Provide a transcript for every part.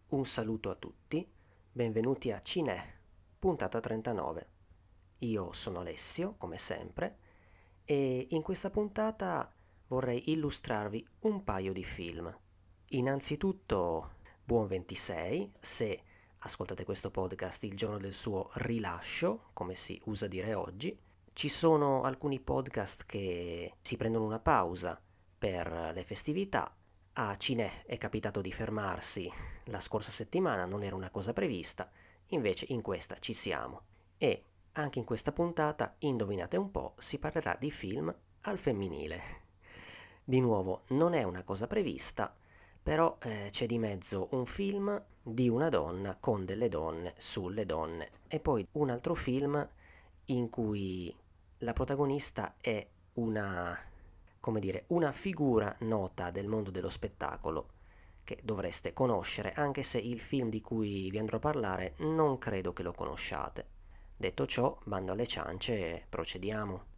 Un saluto a tutti, benvenuti a Cinè, puntata 39. Io sono Alessio, come sempre, e in questa puntata vorrei illustrarvi un paio di film. Innanzitutto, buon 26, se ascoltate questo podcast il giorno del suo rilascio, come si usa dire oggi. Ci sono alcuni podcast che si prendono una pausa per le festività. A Cinè è capitato di fermarsi la scorsa settimana, non era una cosa prevista, invece in questa ci siamo. E anche in questa puntata, indovinate un po', si parlerà di film al femminile. Di nuovo, non è una cosa prevista, però c'è di mezzo un film di una donna con delle donne sulle donne e poi un altro film in cui la protagonista è una, come dire, una figura nota del mondo dello spettacolo che dovreste conoscere, anche se il film di cui vi andrò a parlare non credo che lo conosciate. Detto ciò, bando alle ciance e procediamo.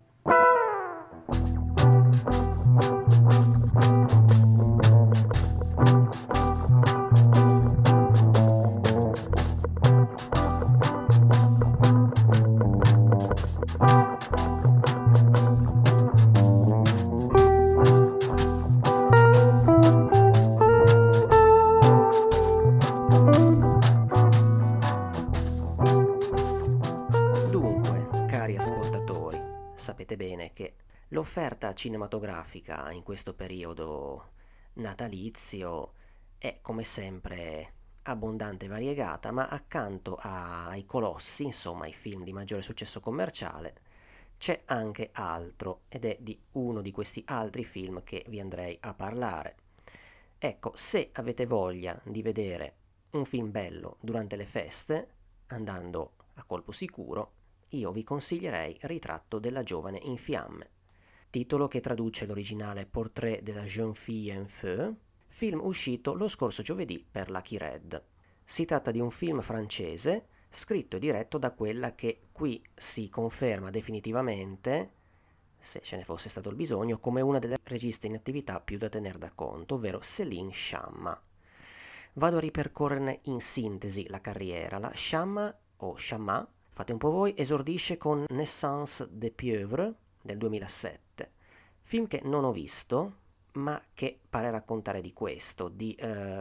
Dunque, cari ascoltatori, sapete bene che l'offerta cinematografica in questo periodo natalizio è come sempre abbondante e variegata, ma accanto ai colossi, insomma ai film di maggiore successo commerciale, c'è anche altro ed è di uno di questi altri film che vi andrei a parlare. Ecco, se avete voglia di vedere un film bello durante le feste, andando a colpo sicuro, io vi consiglierei Ritratto della giovane in fiamme, titolo che traduce l'originale Portrait de la jeune fille en feu, film uscito lo scorso giovedì per Lucky Red. Si tratta di un film francese scritto e diretto da quella che qui si conferma definitivamente, se ce ne fosse stato il bisogno, come una delle registe in attività più da tener da conto, ovvero Céline Sciamma. Vado a ripercorrerne in sintesi la carriera. La Sciamma, o Sciamma, fate un po' voi, esordisce con Naissance des pieuvres del 2007, film che non ho visto, ma che pare raccontare di questo, di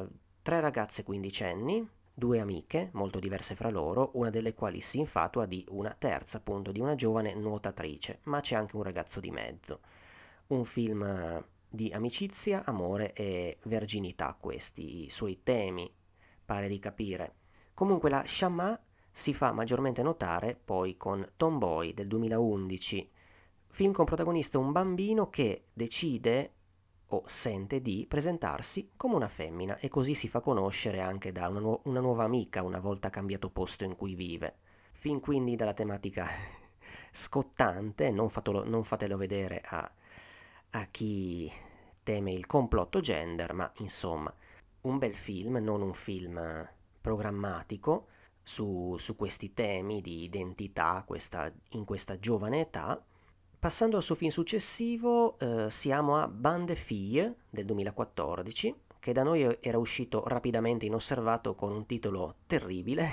tre ragazze quindicenni, due amiche molto diverse fra loro, una delle quali si infatua di una terza, appunto, di una giovane nuotatrice, ma c'è anche un ragazzo di mezzo. Un film di amicizia, amore e verginità, questi i suoi temi, pare di capire. Comunque la Sciamma si fa maggiormente notare poi con Tomboy del 2011, film con protagonista un bambino che decide o sente di presentarsi come una femmina e così si fa conoscere anche da una nuova amica una volta cambiato posto in cui vive. Fin quindi dalla tematica scottante, non fatelo vedere a chi teme il complotto gender, ma insomma un bel film, non un film programmatico su questi temi di identità in questa giovane età. Passando al suo film successivo, siamo a Bande Fille del 2014, che da noi era uscito rapidamente inosservato con un titolo terribile,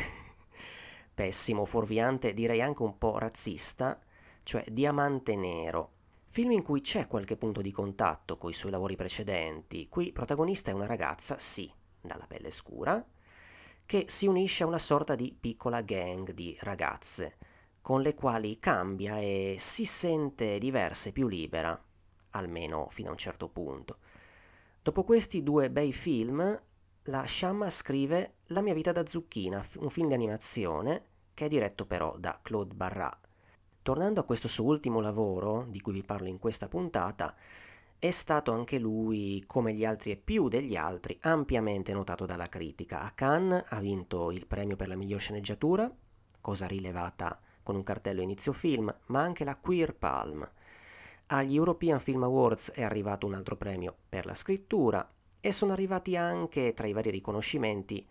pessimo, fuorviante, direi anche un po' razzista, cioè Diamante Nero. Film in cui c'è qualche punto di contatto con i suoi lavori precedenti. Qui protagonista è una ragazza, sì, dalla pelle scura, che si unisce a una sorta di piccola gang di ragazze con le quali cambia e si sente diversa e più libera, almeno fino a un certo punto. Dopo questi due bei film, la Sciamma scrive La mia vita da zucchina, un film di animazione che è diretto però da Claude Barras. Tornando a questo suo ultimo lavoro, di cui vi parlo in questa puntata, è stato anche lui, come gli altri e più degli altri, ampiamente notato dalla critica. A Cannes ha vinto il premio per la miglior sceneggiatura, cosa rilevata con un cartello inizio film, ma anche la Queer Palm. Agli European Film Awards è arrivato un altro premio per la scrittura e sono arrivati anche, tra i vari riconoscimenti,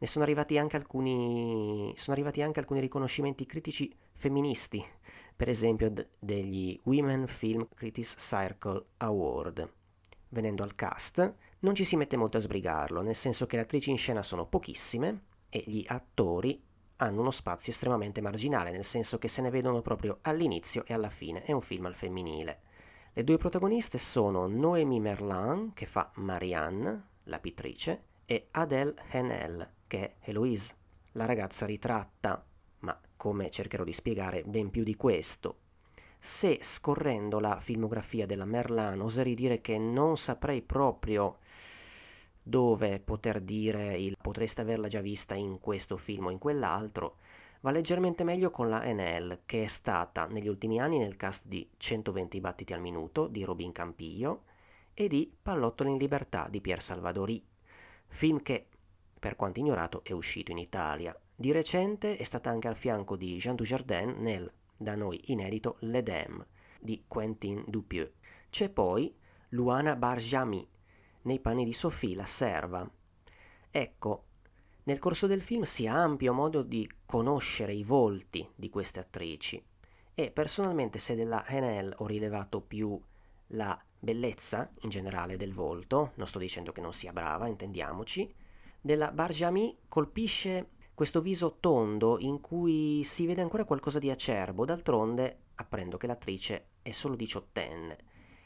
sono arrivati anche alcuni riconoscimenti critici femministi, per esempio degli Women Film Critics Circle Award. Venendo al cast, Non ci si mette molto a sbrigarlo, nel senso che le attrici in scena sono pochissime e gli attori hanno uno spazio estremamente marginale, nel senso che se ne vedono proprio all'inizio e alla fine. È un film al femminile. Le due protagoniste sono Noémie Merlan, che fa Marianne, la pittrice, e Adèle Haenel, che è Héloïse, la ragazza ritratta, ma come cercherò di spiegare ben più di questo. Se scorrendo la filmografia della Merlan oserei dire che non saprei proprio dove poter dire il potreste averla già vista in questo film o in quell'altro, va leggermente meglio con la Enel, che è stata negli ultimi anni nel cast di 120 battiti al minuto di Robin Campillo e di Pallottole in libertà di Pierre Salvadori, film che, per quanto ignorato, è uscito in Italia. Di recente è stata anche al fianco di Jean Dujardin nel, da noi inedito, L'Edem di Quentin Dupieux. C'è poi Luana Barjami nei panni di Sophie, la serva. Ecco, nel corso del film si ha ampio modo di conoscere i volti di queste attrici e personalmente se della Haenel ho rilevato più la bellezza in generale del volto, non sto dicendo che non sia brava, intendiamoci, della Barjami colpisce questo viso tondo in cui si vede ancora qualcosa di acerbo, d'altronde apprendo che l'attrice è solo diciottenne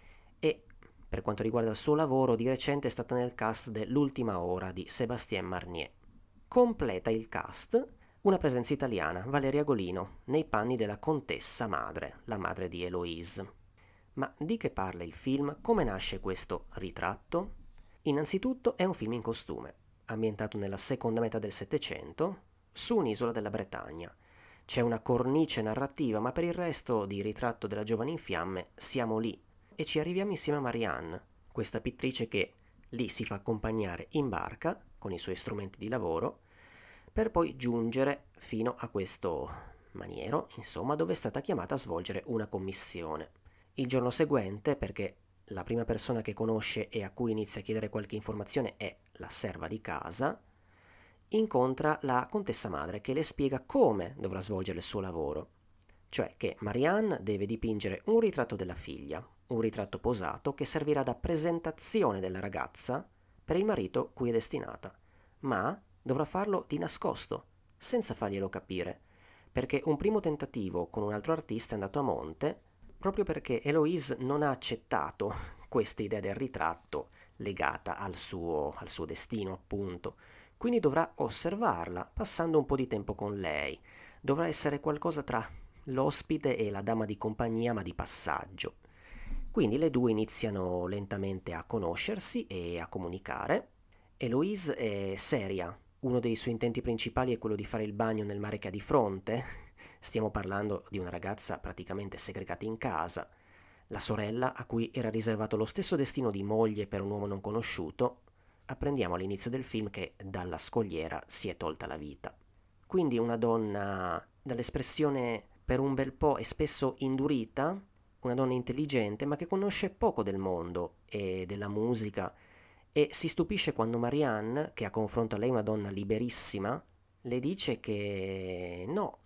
e per quanto riguarda il suo lavoro di recente è stata nel cast dell'Ultima ora di Sébastien Marnier. Completa il cast una presenza italiana, Valeria Golino, nei panni della contessa madre, la madre di Héloïse. Ma di che parla il film? Come nasce questo ritratto? Innanzitutto è un film in costume, ambientato nella seconda metà del Settecento, su un'isola della Bretagna. C'è una cornice narrativa, ma per il resto di Ritratto della giovane in fiamme siamo lì e ci arriviamo insieme a Marianne, questa pittrice che lì si fa accompagnare in barca con i suoi strumenti di lavoro per poi giungere fino a questo maniero, insomma, dove è stata chiamata a svolgere una commissione. Il giorno seguente, perché la prima persona che conosce e a cui inizia a chiedere qualche informazione è la serva di casa, incontra la contessa madre che le spiega come dovrà svolgere il suo lavoro, cioè che Marianne deve dipingere un ritratto della figlia, un ritratto posato che servirà da presentazione della ragazza per il marito cui è destinata, ma dovrà farlo di nascosto, senza farglielo capire, perché un primo tentativo con un altro artista è andato a monte proprio perché Héloïse non ha accettato questa idea del ritratto legata al suo destino, appunto. Quindi dovrà osservarla, passando un po' di tempo con lei. Dovrà essere qualcosa tra l'ospite e la dama di compagnia, ma di passaggio. Quindi le due iniziano lentamente a conoscersi e a comunicare. Héloïse è seria. Uno dei suoi intenti principali è quello di fare il bagno nel mare che ha di fronte. Stiamo parlando di una ragazza praticamente segregata in casa. La sorella, a cui era riservato lo stesso destino di moglie per un uomo non conosciuto, apprendiamo all'inizio del film che dalla scogliera si è tolta la vita. Quindi una donna dall'espressione per un bel po' e spesso indurita, una donna intelligente ma che conosce poco del mondo e della musica e si stupisce quando Marianne, che a confronto a lei è una donna liberissima, le dice che no,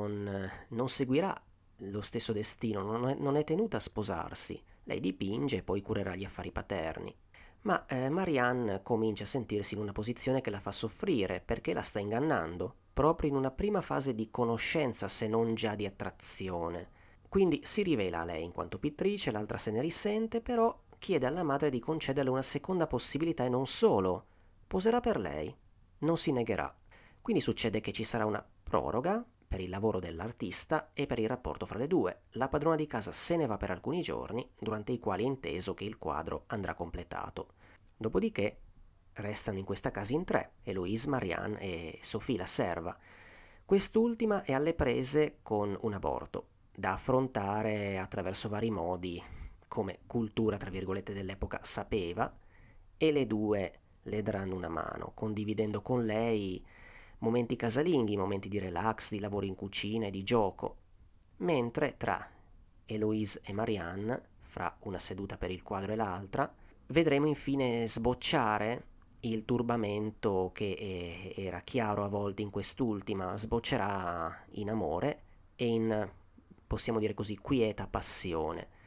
non seguirà lo stesso destino, non è tenuta a sposarsi. Lei dipinge e poi curerà gli affari paterni. Ma Marianne comincia a sentirsi in una posizione che la fa soffrire perché la sta ingannando, proprio in una prima fase di conoscenza se non già di attrazione. Quindi si rivela a lei in quanto pittrice, l'altra se ne risente, però chiede alla madre di concederle una seconda possibilità e non solo, poserà per lei, non si negherà. Quindi succede che ci sarà una proroga per il lavoro dell'artista e per il rapporto fra le due. La padrona di casa se ne va per alcuni giorni, durante i quali è inteso che il quadro andrà completato. Dopodiché restano in questa casa in tre, Héloïse, Marianne e Sophie la serva. Quest'ultima è alle prese con un aborto, da affrontare attraverso vari modi, come cultura tra virgolette dell'epoca sapeva, e le due le daranno una mano, condividendo con lei momenti casalinghi, momenti di relax, di lavoro in cucina e di gioco, mentre tra Héloïse e Marianne, fra una seduta per il quadro e l'altra, vedremo infine sbocciare il turbamento che era chiaro a volte in quest'ultima, sboccerà in amore e in, possiamo dire così, quieta passione.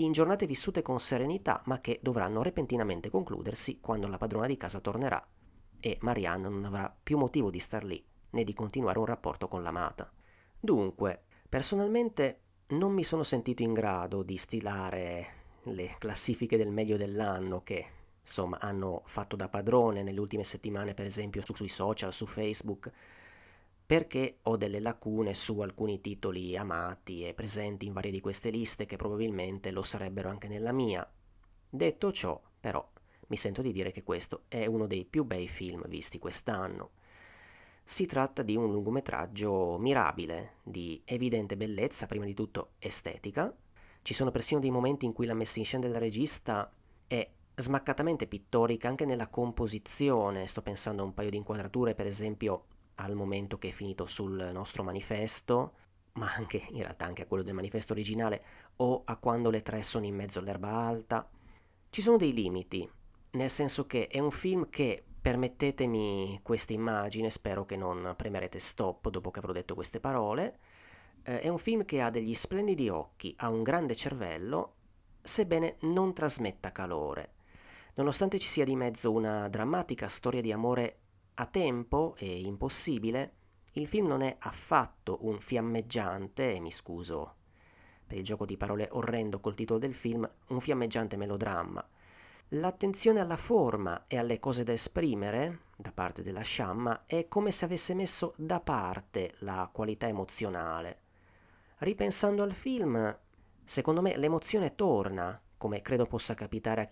in giornate vissute con serenità, ma che dovranno repentinamente concludersi quando la padrona di casa tornerà e Marianne non avrà più motivo di star lì né di continuare un rapporto con l'amata. Dunque, personalmente non mi sono sentito in grado di stilare le classifiche del meglio dell'anno che insomma hanno fatto da padrone nelle ultime settimane, per esempio sui social, su Facebook, perché ho delle lacune su alcuni titoli amati e presenti in varie di queste liste che probabilmente lo sarebbero anche nella mia. Detto ciò, però, mi sento di dire che questo è uno dei più bei film visti quest'anno. Si tratta di un lungometraggio mirabile, di evidente bellezza, prima di tutto estetica. Ci sono persino dei momenti in cui la messa in scena del regista è smaccatamente pittorica anche nella composizione. Sto pensando a un paio di inquadrature, per esempio al momento che è finito sul nostro manifesto, ma anche in realtà anche a quello del manifesto originale, o a quando le tre sono in mezzo all'erba alta. Ci sono dei limiti, nel senso che è un film che, permettetemi questa immagine, spero che non premerete stop dopo che avrò detto queste parole, è un film che ha degli splendidi occhi, ha un grande cervello, sebbene non trasmetta calore. Nonostante ci sia di mezzo una drammatica storia di amore a tempo e impossibile, il film non è affatto un fiammeggiante, e mi scuso per il gioco di parole orrendo col titolo del film, un fiammeggiante melodramma. L'attenzione alla forma e alle cose da esprimere, da parte della Sciamma, è come se avesse messo da parte la qualità emozionale. Ripensando al film, secondo me l'emozione torna, come credo possa capitare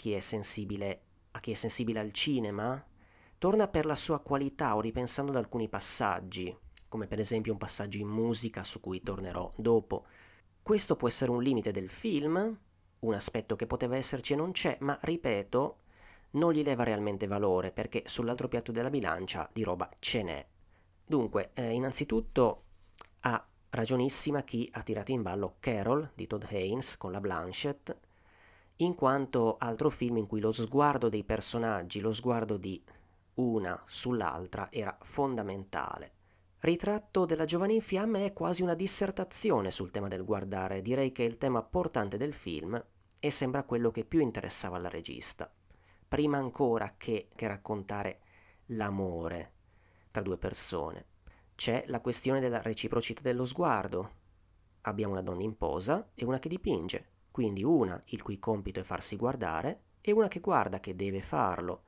a chi è sensibile al cinema, torna per la sua qualità o ripensando ad alcuni passaggi, come per esempio un passaggio in musica su cui tornerò dopo. Questo può essere un limite del film, un aspetto che poteva esserci e non c'è, ma ripeto, non gli leva realmente valore perché sull'altro piatto della bilancia di roba ce n'è. Dunque, innanzitutto ha ragionissima chi ha tirato in ballo Carol di Todd Haynes con la Blanchett, in quanto altro film in cui lo sguardo dei personaggi, lo sguardo di una sull'altra era fondamentale. Ritratto della giovane in fiamme è quasi una dissertazione sul tema del guardare, direi che è il tema portante del film e sembra quello che più interessava alla regista, prima ancora che raccontare l'amore tra due persone. C'è la questione della reciprocità dello sguardo. Abbiamo una donna in posa e una che dipinge, quindi una il cui compito è farsi guardare e una che guarda, che deve farlo.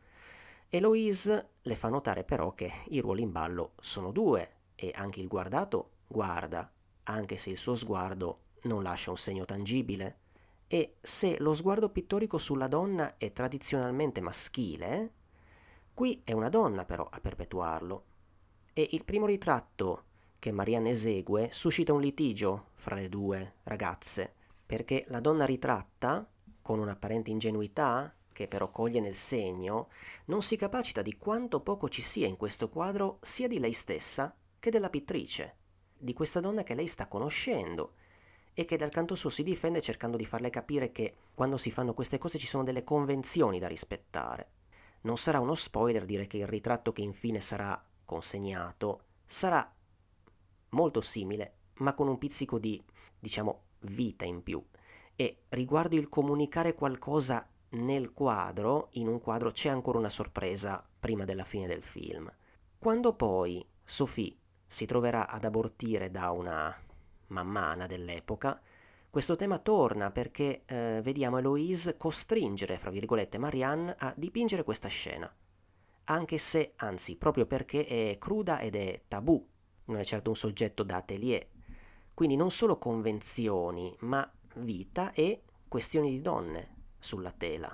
Eloise le fa notare però che i ruoli in ballo sono due e anche il guardato guarda, anche se il suo sguardo non lascia un segno tangibile. E se lo sguardo pittorico sulla donna è tradizionalmente maschile, qui è una donna però a perpetuarlo. E il primo ritratto che Marianne esegue suscita un litigio fra le due ragazze, perché la donna ritratta, con un'apparente ingenuità, che però coglie nel segno, non si capacita di quanto poco ci sia in questo quadro sia di lei stessa che della pittrice, di questa donna che lei sta conoscendo e che dal canto suo si difende cercando di farle capire che quando si fanno queste cose ci sono delle convenzioni da rispettare. Non sarà uno spoiler dire che il ritratto che infine sarà consegnato sarà molto simile, ma con un pizzico di, diciamo, vita in più. E riguardo il comunicare qualcosa nel quadro, in un quadro c'è ancora una sorpresa prima della fine del film. Quando poi Sophie si troverà ad abortire da una mammana dell'epoca, questo tema torna perché vediamo Eloise costringere, fra virgolette, Marianne a dipingere questa scena. Anche se, anzi, proprio perché è cruda ed è tabù, non è certo un soggetto da atelier. Quindi non solo convenzioni, ma vita e questioni di donne sulla tela.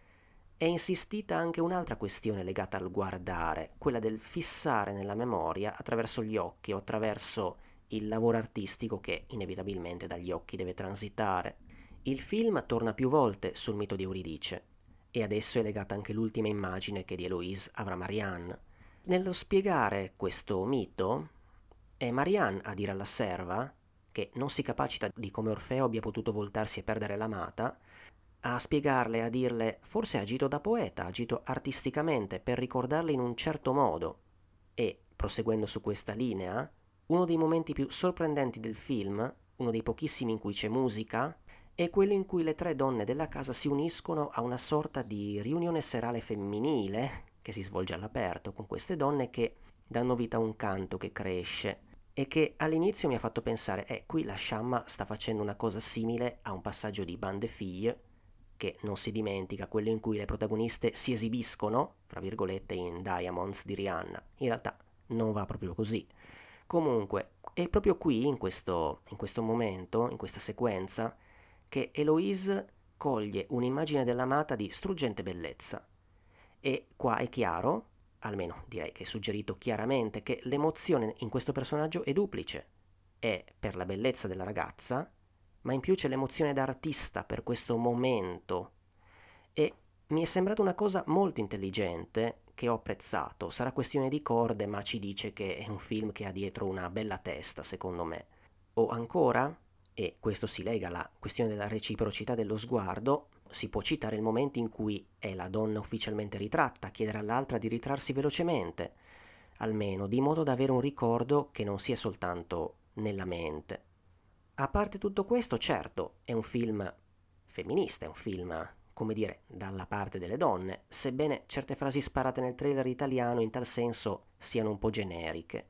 È insistita anche un'altra questione legata al guardare, quella del fissare nella memoria attraverso gli occhi o attraverso il lavoro artistico che inevitabilmente dagli occhi deve transitare. Il film torna più volte sul mito di Euridice e adesso è legata anche l'ultima immagine che di Eloise avrà Marianne. Nello spiegare questo mito è Marianne a dire alla serva, che non si capacita di come Orfeo abbia potuto voltarsi e perdere l'amata, a spiegarle, a dirle forse ha agito da poeta, ha agito artisticamente per ricordarle in un certo modo. E, proseguendo su questa linea, uno dei momenti più sorprendenti del film, uno dei pochissimi in cui c'è musica, è quello in cui le 3 donne della casa si uniscono a una sorta di riunione serale femminile che si svolge all'aperto, con queste donne che danno vita a un canto che cresce e che all'inizio mi ha fatto pensare, qui la Sciamma sta facendo una cosa simile a un passaggio di Bande Fille, che non si dimentica, quello in cui le protagoniste si esibiscono, fra virgolette, in Diamonds di Rihanna. In realtà non va proprio così. Comunque, è proprio qui, in questo momento, in questa sequenza, che Eloise coglie un'immagine dell'amata di struggente bellezza. E qua è chiaro, almeno direi che è suggerito chiaramente, che l'emozione in questo personaggio è duplice. È per la bellezza della ragazza, ma in più c'è l'emozione da artista per questo momento. E mi è sembrata una cosa molto intelligente, che ho apprezzato. Sarà questione di corde, ma ci dice che è un film che ha dietro una bella testa, secondo me. O ancora, e questo si lega alla questione della reciprocità dello sguardo, si può citare il momento in cui è la donna ufficialmente ritratta, chiedere all'altra di ritrarsi velocemente, almeno, di modo da avere un ricordo che non sia soltanto nella mente. A parte tutto questo, certo, è un film femminista, è un film, come dire, dalla parte delle donne, sebbene certe frasi sparate nel trailer italiano in tal senso siano un po' generiche.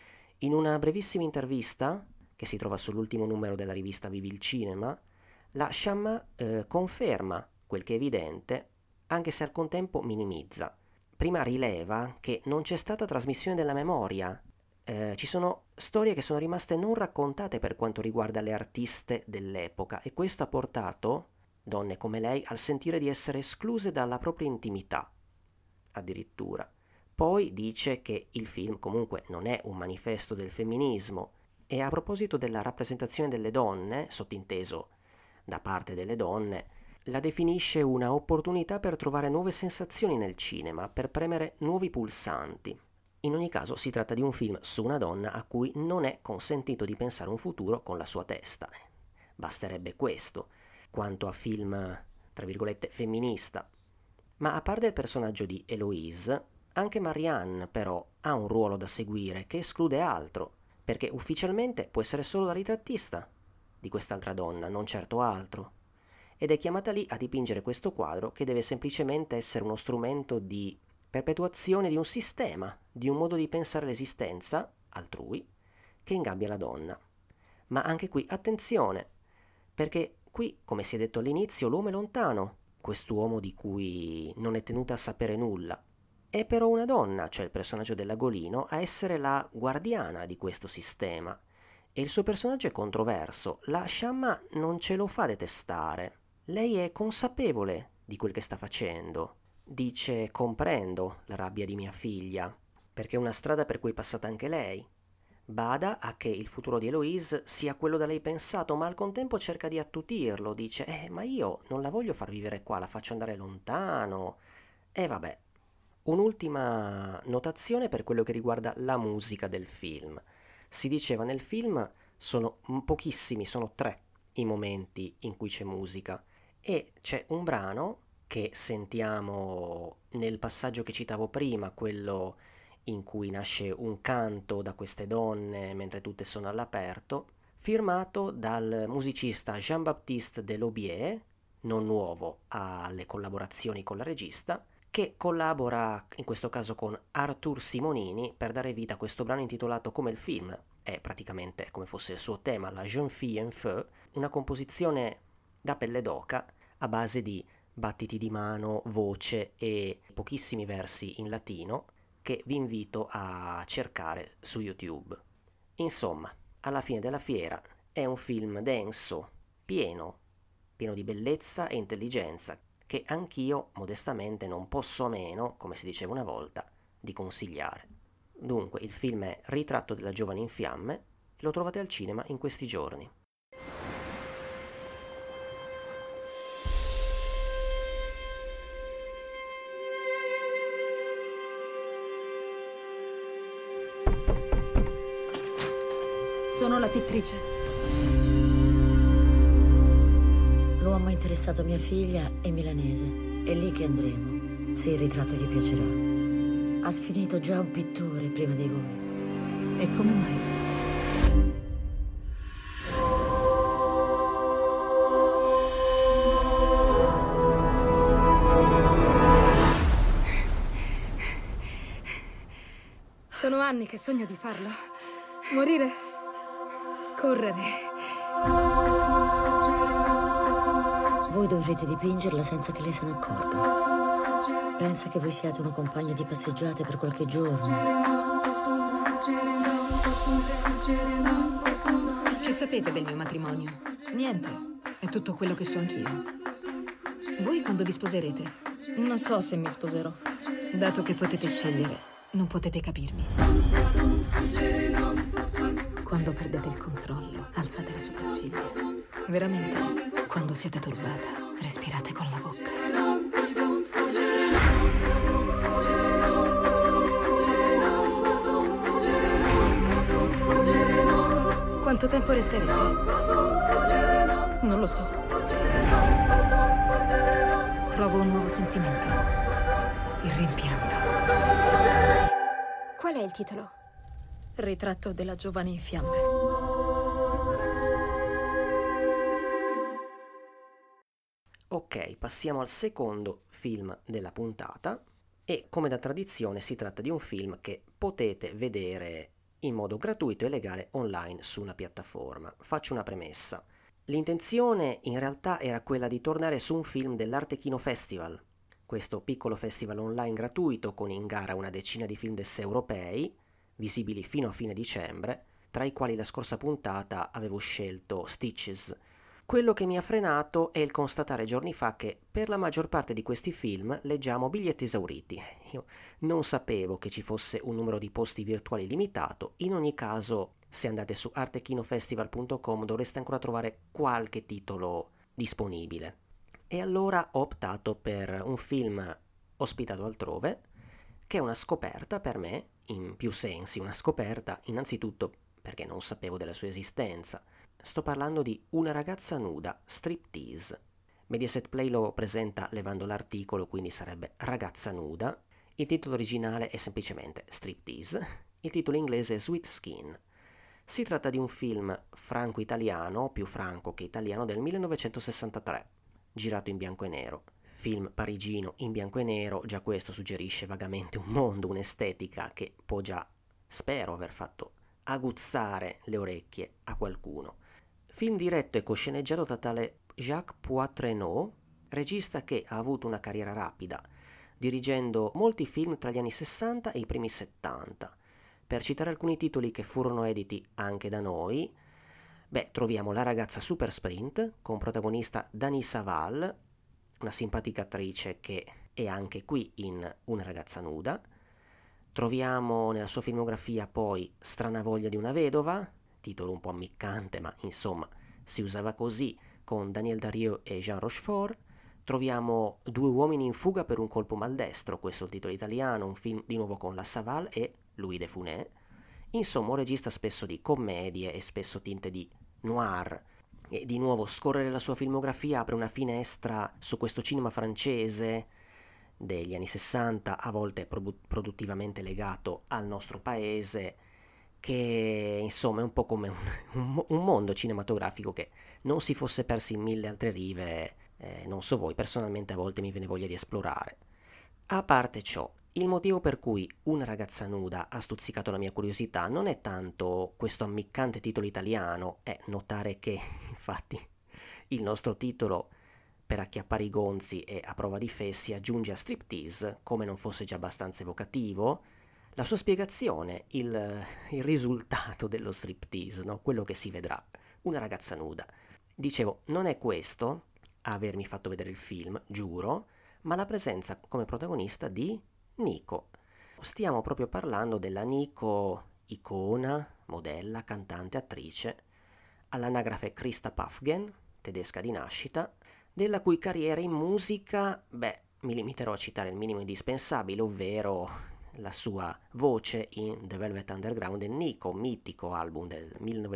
In una brevissima intervista, che si trova sull'ultimo numero della rivista Vivi il Cinema, la Sciamma conferma quel che è evidente, anche se al contempo minimizza. Prima rileva che non c'è stata trasmissione della memoria. Ci sono storie che sono rimaste non raccontate per quanto riguarda le artiste dell'epoca, e questo ha portato donne come lei al sentire di essere escluse dalla propria intimità, addirittura. Poi dice che il film comunque non è un manifesto del femminismo, e a proposito della rappresentazione delle donne, sottinteso da parte delle donne, la definisce una opportunità per trovare nuove sensazioni nel cinema, per premere nuovi pulsanti. In ogni caso si tratta di un film su una donna a cui non è consentito di pensare un futuro con la sua testa. Basterebbe questo, quanto a film, tra virgolette, femminista. Ma a parte il personaggio di Eloise, anche Marianne però ha un ruolo da seguire che esclude altro, perché ufficialmente può essere solo la ritrattista di quest'altra donna, non certo altro. Ed è chiamata lì a dipingere questo quadro che deve semplicemente essere uno strumento di perpetuazione di un sistema, di un modo di pensare l'esistenza altrui che ingabbia la donna. Ma anche qui attenzione, perché qui, come si è detto all'inizio, l'uomo è lontano, quest'uomo di cui non è tenuta a sapere nulla. È però una donna, cioè il personaggio dell'Agolino, a essere la guardiana di questo sistema. E il suo personaggio è controverso. La Sciamma non ce lo fa detestare. Lei è consapevole di quel che sta facendo. Dice: comprendo la rabbia di mia figlia, perché è una strada per cui è passata anche lei. Bada a che il futuro di Eloise sia quello da lei pensato, ma al contempo cerca di attutirlo. Dice: ma io non la voglio far vivere qua, la faccio andare lontano. E vabbè. Un'ultima notazione per quello che riguarda la musica del film. Si diceva nel film sono pochissimi, sono 3 i momenti in cui c'è musica, e c'è un brano che sentiamo nel passaggio che citavo prima, quello in cui nasce un canto da queste donne mentre tutte sono all'aperto, firmato dal musicista Jean-Baptiste Delobier, non nuovo alle collaborazioni con la regista, che collabora in questo caso con Arthur Simonini per dare vita a questo brano intitolato come il film. È praticamente come fosse il suo tema, la Jeune Fille en Feu, una composizione da pelle d'oca a base di battiti di mano, voce e pochissimi versi in latino che vi invito a cercare su YouTube. Insomma, alla fine della fiera è un film denso, pieno di bellezza e intelligenza, che anch'io modestamente non posso a meno, come si diceva una volta, di consigliare. Dunque, il film è Ritratto della giovane in fiamme e lo trovate al cinema in questi giorni. Sono la pittrice. L'uomo ha interessato mia figlia è milanese. È lì che andremo, se il ritratto gli piacerà. Ha sfinito già un pittore prima di voi. E come mai? che sogno di farlo. Morire. Correre. Voi dovrete dipingerla senza che lei se ne accorga. Pensa che voi siate una compagna di passeggiate per qualche giorno. Che sapete del mio matrimonio? Niente. È tutto quello che so anch'io. Voi quando vi sposerete? Non so se mi sposerò. Dato che potete scegliere, non potete capirmi. Quando perdete il controllo, alzate le sopracciglia. Veramente, quando siete turbata, respirate con la bocca. Quanto tempo resterete? Non lo so. Provo un nuovo sentimento. Il rimpianto. Qual è il titolo? Ritratto della giovane in fiamme. Ok, passiamo al secondo film della puntata e come da tradizione si tratta di un film che potete vedere in modo gratuito e legale online su una piattaforma. Faccio una premessa. L'intenzione in realtà era quella di tornare su un film dell'Arte Kino Festival, questo piccolo festival online gratuito con in gara una decina di film d'essè europei, visibili fino a fine dicembre, tra i quali la scorsa puntata avevo scelto Stitches. Quello che mi ha frenato è il constatare giorni fa che per la maggior parte di questi film leggiamo biglietti esauriti. Io non sapevo che ci fosse un numero di posti virtuali limitato. In ogni caso, se andate su artekinofestival.com dovreste ancora trovare qualche titolo disponibile. E allora ho optato per un film ospitato altrove, che è una scoperta per me, in più sensi. Una scoperta innanzitutto perché non sapevo della sua esistenza. Sto parlando di Una ragazza nuda, Striptease. Mediaset Play lo presenta levando l'articolo, quindi sarebbe Ragazza nuda. Il titolo originale è semplicemente Striptease. Il titolo inglese è Sweet Skin. Si tratta di un film franco-italiano, più franco che italiano, del 1963, girato in bianco e nero. Film parigino in bianco e nero, già questo suggerisce vagamente un mondo, un'estetica che può già, spero, aver fatto aguzzare le orecchie a qualcuno. Film diretto e cosceneggiato da tale Jacques Poitrenaud, regista che ha avuto una carriera rapida, dirigendo molti film tra gli anni 60 e i primi 70. Per citare alcuni titoli che furono editi anche da noi, troviamo La ragazza super sprint, con protagonista Dani Saval, una simpatica attrice che è anche qui in Una ragazza nuda. Troviamo nella sua filmografia poi Strana voglia di una vedova, titolo un po' ammiccante, ma insomma si usava così, con Daniel Dario e Jean Rochefort. Troviamo Due uomini in fuga per un colpo maldestro, questo è il titolo italiano, un film di nuovo con la Saval e Louis de Funès. Insomma, un regista spesso di commedie e spesso tinte di noir. E di nuovo scorrere la sua filmografia apre una finestra su questo cinema francese degli anni 60, a volte produttivamente legato al nostro paese, che insomma è un po' come un mondo cinematografico che non si fosse persi in mille altre rive, non so voi, personalmente a volte mi viene voglia di esplorare. A parte ciò, il motivo per cui Una ragazza nuda ha stuzzicato la mia curiosità non è tanto questo ammiccante titolo italiano, è notare che infatti il nostro titolo per acchiappare i gonzi e a prova di fessi aggiunge a Striptease, come non fosse già abbastanza evocativo, la sua spiegazione, il risultato dello striptease, no? Quello che si vedrà, una ragazza nuda. Dicevo, non è questo a avermi fatto vedere il film, giuro, ma la presenza come protagonista di Nico. Stiamo proprio parlando della Nico, icona, modella, cantante, attrice, all'anagrafe Christa Pafgen, tedesca di nascita, della cui carriera in musica, mi limiterò a citare il minimo indispensabile, ovvero la sua voce in The Velvet Underground e Nico, mitico album del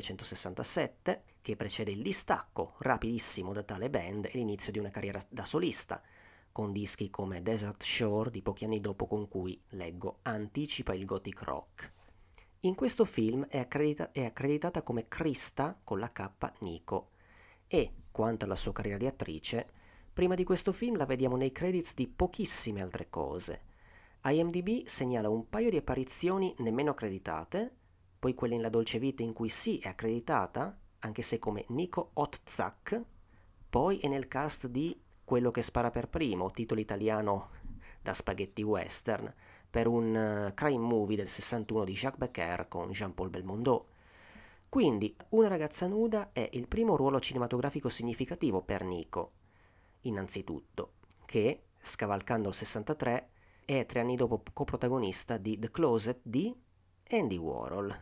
1967, che precede il distacco rapidissimo da tale band e l'inizio di una carriera da solista, con dischi come Desert Shore di pochi anni dopo, con cui, leggo, anticipa il gothic rock. In questo film è accreditata come Christa con la K Nico e, quanto alla sua carriera di attrice, prima di questo film la vediamo nei credits di pochissime altre cose. IMDb segnala un paio di apparizioni nemmeno accreditate, poi quelle in La Dolce Vita in cui sì è accreditata, anche se come Nico Otzak, poi è nel cast di Quello che spara per primo, titolo italiano da spaghetti western, per un crime movie del 61 di Jacques Becker con Jean-Paul Belmondo. Quindi Una ragazza nuda è il primo ruolo cinematografico significativo per Nico, innanzitutto, che, scavalcando il 63, è 3 anni dopo coprotagonista di The Closet di Andy Warhol,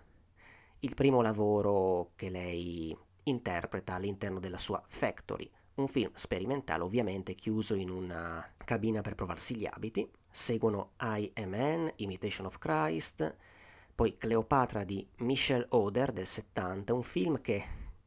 il primo lavoro che lei interpreta all'interno della sua Factory, un film sperimentale ovviamente chiuso in una cabina per provarsi gli abiti. Seguono I Am An, Imitation of Christ, poi Cleopatra di Michel Oder del 70, un film che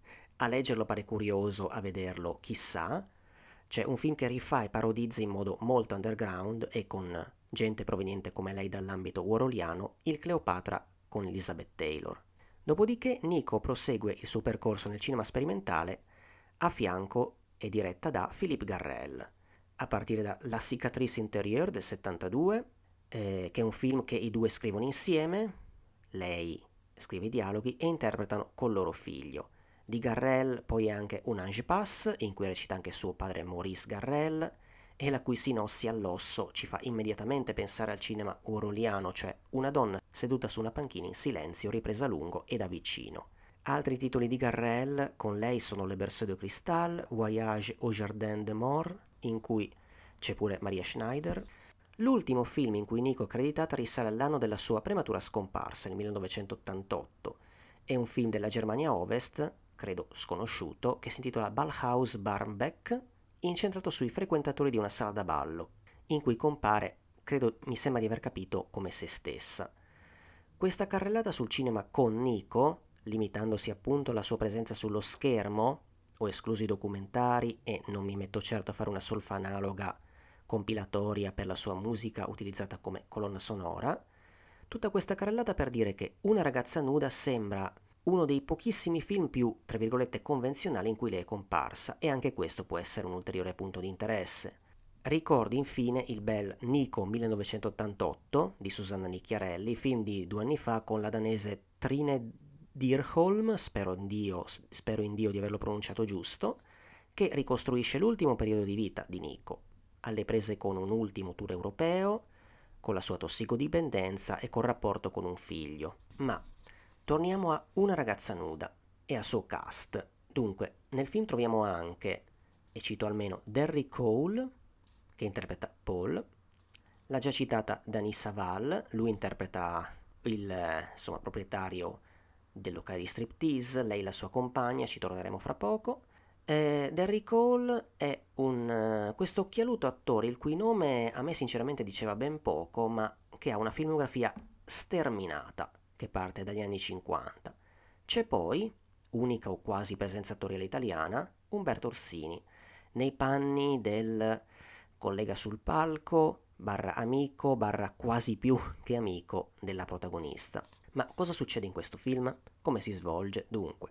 a leggerlo pare curioso, a vederlo chissà. C'è un film che rifà e parodizza in modo molto underground e con gente proveniente come lei dall'ambito warholiano, il Cleopatra con Elizabeth Taylor. Dopodiché Nico prosegue il suo percorso nel cinema sperimentale a fianco e diretta da Philippe Garrel, a partire da La cicatrice intérieure del 72, che è un film che i due scrivono insieme, lei scrive i dialoghi e interpretano col loro figlio. Di Garrel poi anche Un ange passe, in cui recita anche suo padre Maurice Garrel, e la cui sinossi all'osso ci fa immediatamente pensare al cinema warholiano, cioè una donna seduta su una panchina in silenzio, ripresa a lungo e da vicino. Altri titoli di Garrel con lei sono Le Berceau de Cristal, Voyage au Jardin des Morts, in cui c'è pure Maria Schneider. L'ultimo film in cui Nico è accreditata risale all'anno della sua prematura scomparsa, nel 1988. È un film della Germania Ovest, credo sconosciuto, che si intitola Ballhaus Barmbek, incentrato sui frequentatori di una sala da ballo, in cui compare, credo mi sembra di aver capito, come se stessa. Questa carrellata sul cinema con Nico, limitandosi appunto alla sua presenza sullo schermo, ho escluso i documentari e non mi metto certo a fare una solfa analoga compilatoria per la sua musica utilizzata come colonna sonora, tutta questa carrellata per dire che Una ragazza nuda sembra uno dei pochissimi film più, tra virgolette, convenzionali in cui lei è comparsa, e anche questo può essere un ulteriore punto di interesse. Ricordi infine il bel Nico 1988 di Susanna Nicchiarelli, film di 2 anni fa con la danese Trine Dyrholm, spero in Dio di averlo pronunciato giusto, che ricostruisce l'ultimo periodo di vita di Nico, alle prese con un ultimo tour europeo, con la sua tossicodipendenza e col rapporto con un figlio. Ma torniamo a Una ragazza nuda e al suo cast. Dunque, nel film troviamo anche, e cito almeno, Derry Cole, che interpreta Paul, la già citata Danissa Val, lui interpreta il proprietario del locale di striptease, lei la sua compagna, ci torneremo fra poco. Derry Cole è questo occhialuto attore il cui nome a me sinceramente diceva ben poco, ma che ha una filmografia sterminata che parte dagli anni 50. C'è poi, unica o quasi presenza attoriale italiana, Umberto Orsini, nei panni del collega sul palco, barra amico, barra quasi più che amico della protagonista. Ma cosa succede in questo film? Come si svolge? Dunque,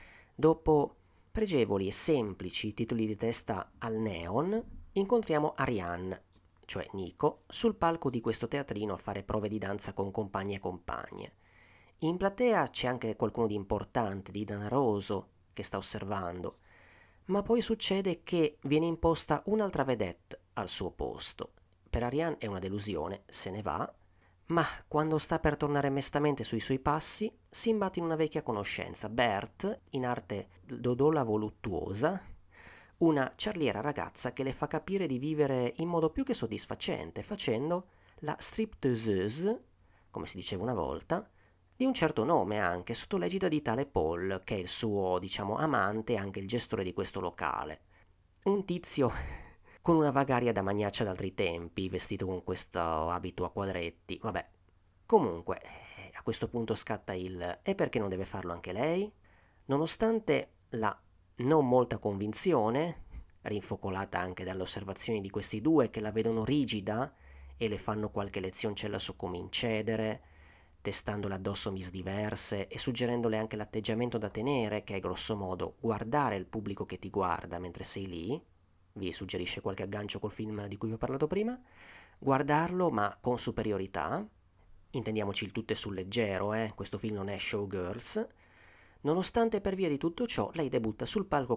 dopo pregevoli e semplici titoli di testa al neon, incontriamo Ariane, cioè Nico, sul palco di questo teatrino a fare prove di danza con compagni e compagne. In platea c'è anche qualcuno di importante, di danaroso, che sta osservando, ma poi succede che viene imposta un'altra vedette al suo posto. Per Ariane è una delusione, se ne va, ma quando sta per tornare mestamente sui suoi passi, si imbatte in una vecchia conoscenza, Berthe, in arte Dodola Voluttuosa, una ciarliera ragazza che le fa capire di vivere in modo più che soddisfacente, facendo la stripteaseuse, come si diceva una volta, di un certo nome anche, sotto l'egida di tale Paul, che è il suo, amante e anche il gestore di questo locale. Un tizio con una vagaria da magnaccia d'altri tempi, vestito con questo abito a quadretti, vabbè. Comunque, a questo punto scatta il «e perché non deve farlo anche lei?» Nonostante la non molta convinzione, rinfocolata anche dalle osservazioni di questi due che la vedono rigida e le fanno qualche lezioncella su come incedere, testandole addosso misdiverse e suggerendole anche l'atteggiamento da tenere, che è grosso modo guardare il pubblico che ti guarda mentre sei lì, vi suggerisce qualche aggancio col film di cui vi ho parlato prima, guardarlo ma con superiorità. Intendiamoci il tutto è sul leggero, questo film non è Showgirls. Nonostante per via di tutto ciò, lei debutta sul palco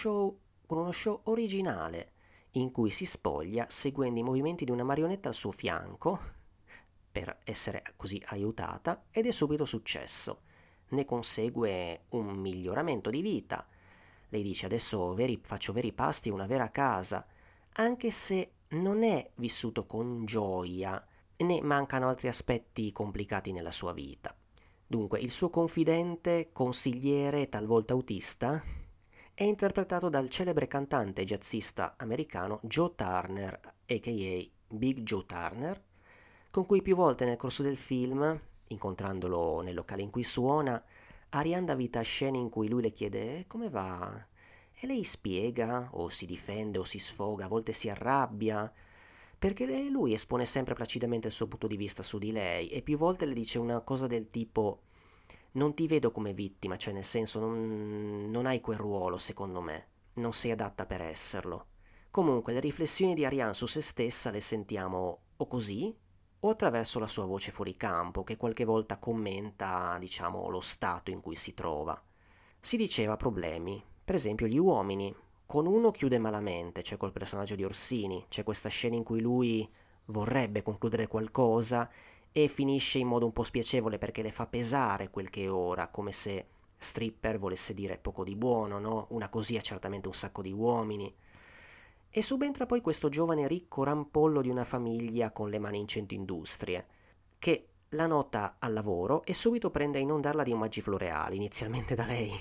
con uno show originale, in cui si spoglia seguendo i movimenti di una marionetta al suo fianco, per essere così aiutata, ed è subito successo. Ne consegue un miglioramento di vita. Lei dice adesso faccio veri pasti e una vera casa, anche se non è vissuto con gioia, né mancano altri aspetti complicati nella sua vita. Dunque, il suo confidente, consigliere, talvolta autista, è interpretato dal celebre cantante e jazzista americano Joe Turner, a.k.a. Big Joe Turner, con cui più volte nel corso del film, incontrandolo nel locale in cui suona, Ariane dà vita a scene in cui lui le chiede come va, e lei spiega, o si difende o si sfoga, a volte si arrabbia, perché lui espone sempre placidamente il suo punto di vista su di lei e più volte le dice una cosa del tipo non ti vedo come vittima, cioè nel senso non hai quel ruolo secondo me, non sei adatta per esserlo. Comunque le riflessioni di Ariane su se stessa le sentiamo o così o attraverso la sua voce fuori campo che qualche volta commenta, diciamo, lo stato in cui si trova. Si diceva problemi, per esempio gli uomini. Con uno chiude malamente, cioè col personaggio di Orsini, c'è questa scena in cui lui vorrebbe concludere qualcosa e finisce in modo un po' spiacevole perché le fa pesare quel che è ora, come se stripper volesse dire poco di buono, no? Una così ha certamente un sacco di uomini. E subentra poi questo giovane ricco rampollo di una famiglia con le mani in cento industrie, che la nota al lavoro e subito prende a inondarla di omaggi floreali, inizialmente da lei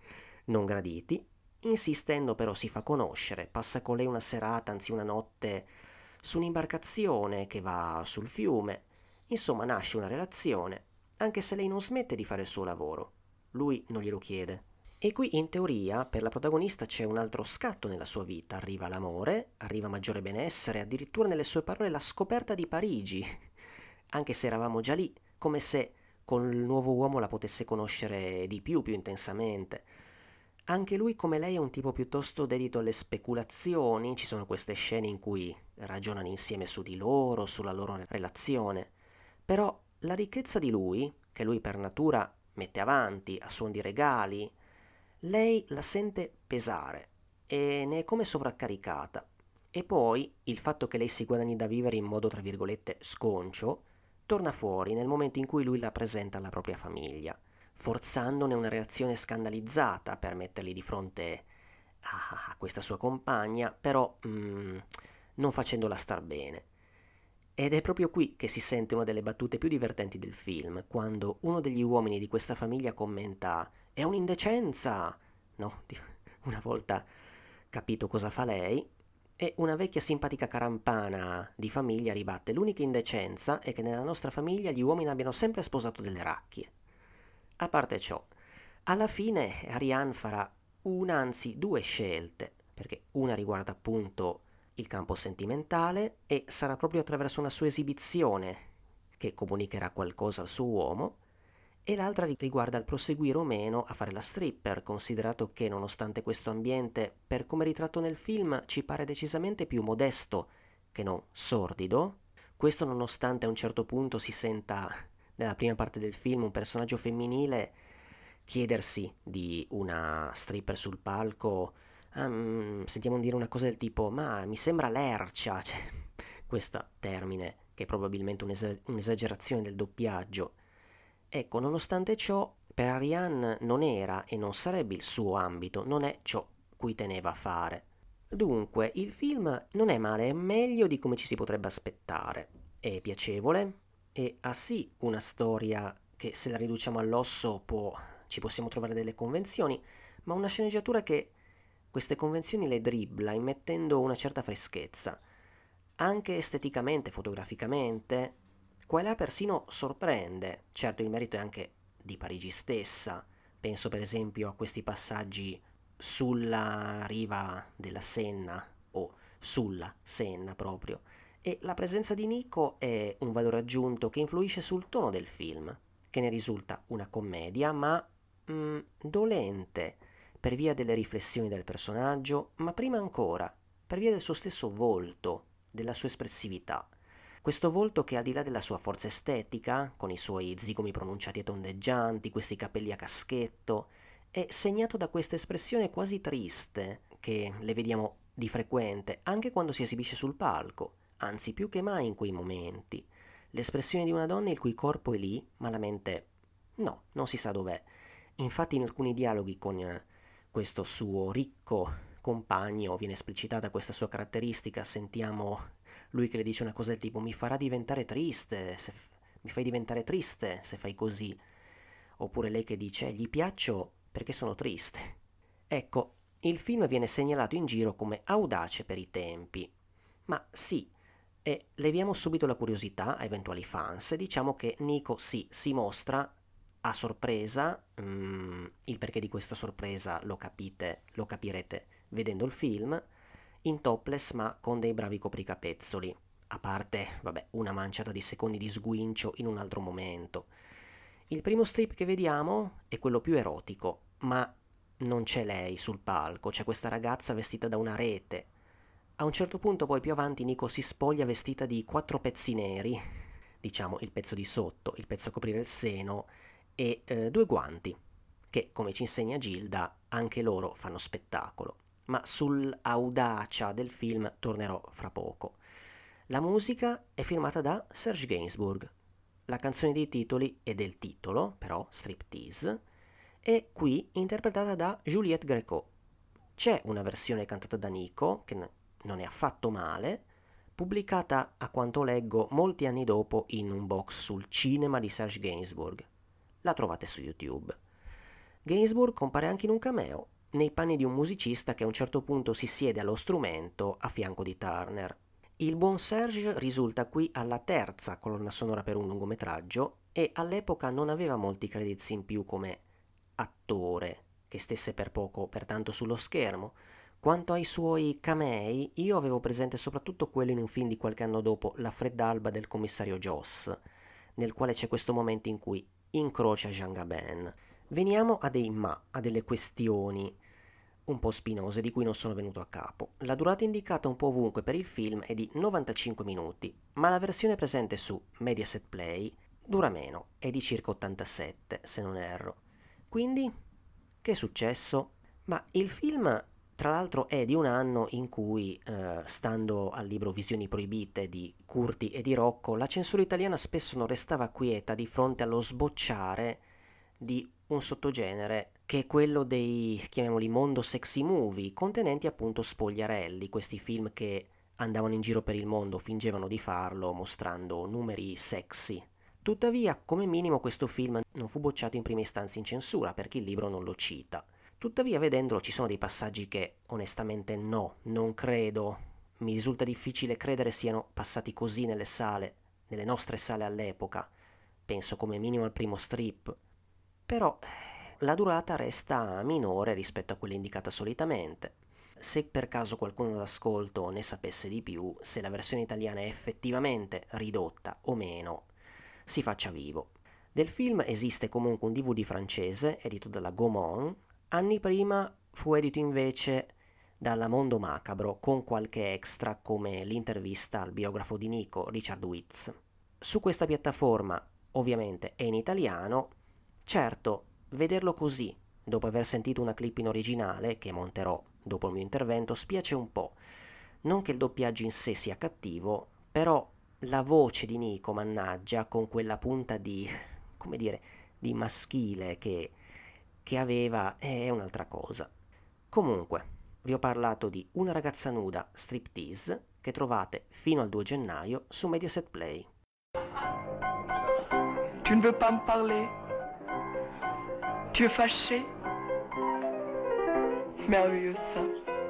non graditi. Insistendo però si fa conoscere, passa con lei una serata, anzi una notte, su un'imbarcazione che va sul fiume. Insomma, nasce una relazione, anche se lei non smette di fare il suo lavoro. Lui non glielo chiede. E qui, in teoria, per la protagonista c'è un altro scatto nella sua vita. Arriva l'amore, arriva maggiore benessere, addirittura nelle sue parole la scoperta di Parigi. Anche se eravamo già lì, come se con il nuovo uomo la potesse conoscere di più intensamente. Anche lui, come lei, è un tipo piuttosto dedito alle speculazioni, ci sono queste scene in cui ragionano insieme su di loro, sulla loro relazione. Però la ricchezza di lui, che lui per natura mette avanti a suon di regali, lei la sente pesare e ne è come sovraccaricata. E poi il fatto che lei si guadagni da vivere in modo tra virgolette sconcio torna fuori nel momento in cui lui la presenta alla propria famiglia, forzandone una reazione scandalizzata per metterli di fronte a questa sua compagna, però non facendola star bene. Ed è proprio qui che si sente una delle battute più divertenti del film, quando uno degli uomini di questa famiglia commenta «È un'indecenza!» No, una volta capito cosa fa lei, e una vecchia simpatica carampana di famiglia ribatte «L'unica indecenza è che nella nostra famiglia gli uomini abbiano sempre sposato delle racchie». A parte ciò, alla fine Ariane farà una, anzi due scelte, perché una riguarda appunto il campo sentimentale e sarà proprio attraverso una sua esibizione che comunicherà qualcosa al suo uomo, e l'altra riguarda il proseguire o meno a fare la stripper, considerato che nonostante questo ambiente, per come ritratto nel film, ci pare decisamente più modesto che non sordido, questo nonostante a un certo punto si senta nella prima parte del film un personaggio femminile chiedersi di una stripper sul palco, sentiamo dire una cosa del tipo ma mi sembra lercia, cioè, questo termine che è probabilmente un'esagerazione del doppiaggio. Ecco, nonostante ciò, per Ariane non era e non sarebbe il suo ambito, non è ciò cui teneva a fare. Dunque, il film non è male, è meglio di come ci si potrebbe aspettare. È piacevole e ha sì una storia che se la riduciamo all'osso ci possiamo trovare delle convenzioni, ma una sceneggiatura che queste convenzioni le dribbla immettendo una certa freschezza. Anche esteticamente, fotograficamente, qua e là persino sorprende. Certo il merito è anche di Parigi stessa. Penso per esempio a questi passaggi sulla riva della Senna o sulla Senna proprio. E la presenza di Nico è un valore aggiunto che influisce sul tono del film, che ne risulta una commedia ma dolente per via delle riflessioni del personaggio, ma prima ancora per via del suo stesso volto, della sua espressività. Questo volto che al di là della sua forza estetica, con i suoi zigomi pronunciati e tondeggianti, questi capelli a caschetto, è segnato da questa espressione quasi triste che le vediamo di frequente anche quando si esibisce sul palco, anzi più che mai in quei momenti. L'espressione di una donna il cui corpo è lì, ma la mente no, non si sa dov'è. Infatti in alcuni dialoghi con questo suo ricco compagno viene esplicitata questa sua caratteristica, sentiamo lui che le dice una cosa del tipo mi fai diventare triste se fai così, oppure lei che dice gli piaccio perché sono triste. Ecco, il film viene segnalato in giro come audace per i tempi, ma sì, e leviamo subito la curiosità a eventuali fans e diciamo che Nico sì, si mostra a sorpresa, il perché di questa sorpresa lo capirete vedendo il film, in topless ma con dei bravi copricapezzoli, a parte, una manciata di secondi di sguincio in un altro momento. Il primo strip che vediamo è quello più erotico, ma non c'è lei sul palco, c'è questa ragazza vestita da una rete. A un certo punto poi più avanti Nico si spoglia vestita di 4 pezzi neri, diciamo il pezzo di sotto, il pezzo a coprire il seno e 2 guanti, che come ci insegna Gilda anche loro fanno spettacolo. Ma sull'audacia del film tornerò fra poco. La musica è firmata da Serge Gainsbourg. La canzone dei titoli e del titolo, però, Striptease, è qui interpretata da Juliette Gréco. C'è una versione cantata da Nico, che non è affatto male, pubblicata a quanto leggo molti anni dopo in un box sul cinema di Serge Gainsbourg. La trovate su YouTube. Gainsbourg compare anche in un cameo, nei panni di un musicista che a un certo punto si siede allo strumento a fianco di Turner. Il buon Serge risulta qui alla 3ª colonna sonora per un lungometraggio e all'epoca non aveva molti credits in più come attore, che stesse per poco pertanto sullo schermo. Quanto ai suoi camei, io avevo presente soprattutto quello in un film di qualche anno dopo, La fredda alba del commissario Joss, nel quale c'è questo momento in cui incrocia Jean Gabin. Veniamo a delle questioni un po' spinose di cui non sono venuto a capo. La durata indicata un po' ovunque per il film è di 95 minuti, ma la versione presente su Mediaset Play dura meno, è di circa 87 se non erro. Quindi, che è successo? Ma il film tra l'altro è di un anno in cui, stando al libro Visioni proibite di Curti e di Rocco, la censura italiana spesso non restava quieta di fronte allo sbocciare di un sottogenere che è quello dei, chiamiamoli, mondo sexy movie, contenenti appunto spogliarelli, questi film che andavano in giro per il mondo, fingevano di farlo mostrando numeri sexy. Tuttavia, come minimo questo film non fu bocciato in prima istanza in censura perché il libro non lo cita. Tuttavia, vedendolo, ci sono dei passaggi che onestamente non credo, mi risulta difficile credere siano passati così nelle nostre sale all'epoca, penso come minimo al primo strip. Però la durata resta minore rispetto a quella indicata solitamente. Se per caso qualcuno d'ascolto ne sapesse di più, se la versione italiana è effettivamente ridotta o meno, si faccia vivo. Del film esiste comunque un DVD francese, edito dalla Gaumont. Anni prima fu edito invece dalla Mondo Macabro, con qualche extra come l'intervista al biografo di Nico, Richard Witz. Su questa piattaforma, ovviamente, è in italiano. Certo, vederlo così, dopo aver sentito una clip in originale, che monterò dopo il mio intervento, spiace un po'. Non che il doppiaggio in sé sia cattivo, però la voce di Nico, mannaggia, con quella punta di, come dire, di maschile che aveva, è un'altra cosa. Comunque, vi ho parlato di Una ragazza nuda, Striptease, che trovate fino al 2 gennaio su Mediaset Play. Tu ne veux pas me parler? Tu es fâché? Merveilleux ça.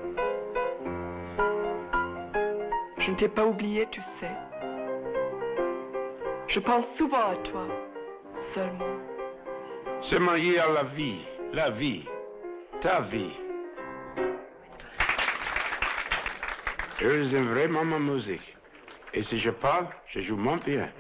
Je ne t'ai pas oublié, tu sais. Je pense souvent à toi, seulement. Se marier à la vie, ta vie. J'aime vraiment ma musique. Et si je parle, je joue moins bien.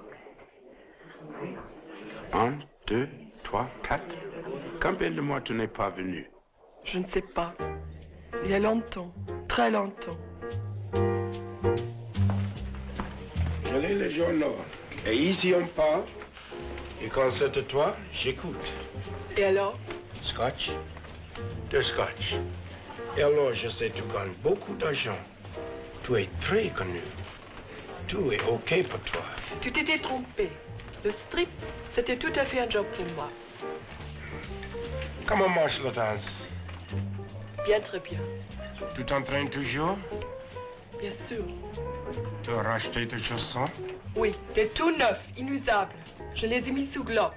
1, 2, 3, 4. Combien de mois tu n'es pas venu? Je ne sais pas. Il y a longtemps, très longtemps. Je Allez, les gens nord. Et ici, on parle. Et quand c'est à toi, j'écoute. Et alors? Scotch. De scotch. Et alors, je sais, tu gagnes beaucoup d'argent. Tu es très connu. Tout est OK pour toi. Tu t'étais trompé. Le strip, c'était tout à fait un job pour moi. Comment marche la danse? Bien, très bien. Tu t'entraînes toujours? Bien sûr. Tu as racheté tes chaussons? Oui, des tout neufs, inusables. Je les ai mis sous globe.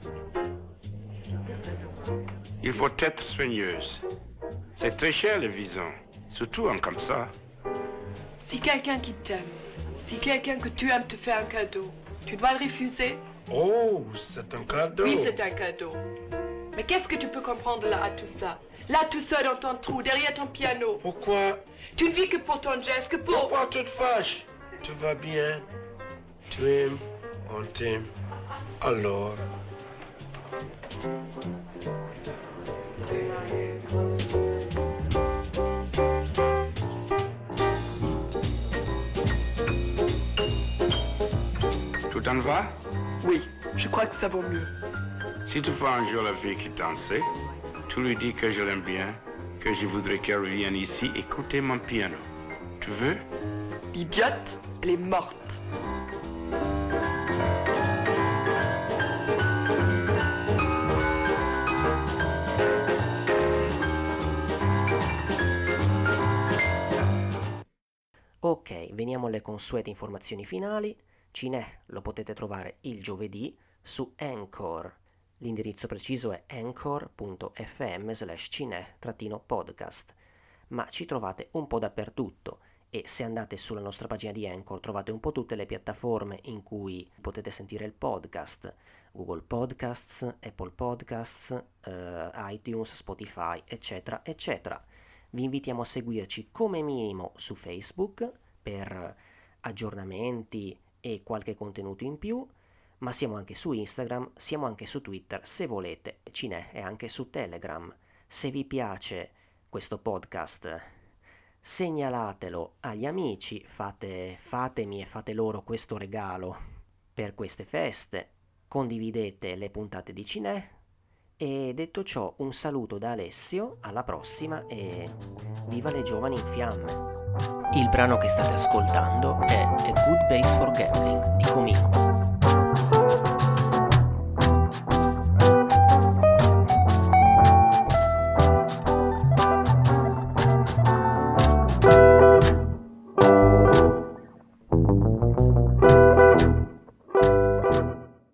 Il faut être soigneuse. C'est très cher, le vison. Surtout un comme ça. Si quelqu'un qui t'aime, si quelqu'un que tu aimes te fait un cadeau, tu dois le refuser? Oh, c'est un cadeau. Oui, c'est un cadeau. Mais qu'est-ce que tu peux comprendre là à tout ça? Là, tout seul dans ton trou, derrière ton piano. Pourquoi? Tu ne vis que pour ton geste, que pour... Pourquoi tu te fâches? Tout va bien. Tu aimes, on t'aime. Alors... Tout en va? Oui, je crois que ça vaut mieux. Si tu vois un jour la fille qui dansait, tu lui dis que je l'aime bien, que je voudrais qu'elle revienne ici écouter mon piano. Tu veux? L'idiote, elle est morte. Ok, veniamo alle consuete informazioni finali. Cinè lo potete trovare il giovedì su Anchor. L'indirizzo preciso è anchor.fm/cinè-podcast. Ma ci trovate un po' dappertutto e se andate sulla nostra pagina di Anchor trovate un po' tutte le piattaforme in cui potete sentire il podcast. Google Podcasts, Apple Podcasts, iTunes, Spotify, eccetera, eccetera. Vi invitiamo a seguirci come minimo su Facebook per aggiornamenti e qualche contenuto in più, ma siamo anche su Instagram, siamo anche su Twitter se volete, Cinè è anche su Telegram. Se vi piace questo podcast segnalatelo agli amici, fatemi e fate loro questo regalo per queste feste, condividete le puntate di Cinè. E detto ciò, un saluto da Alessio, alla prossima e viva le giovani in fiamme. Il brano che state ascoltando è A Good Base for Gambling di Comico.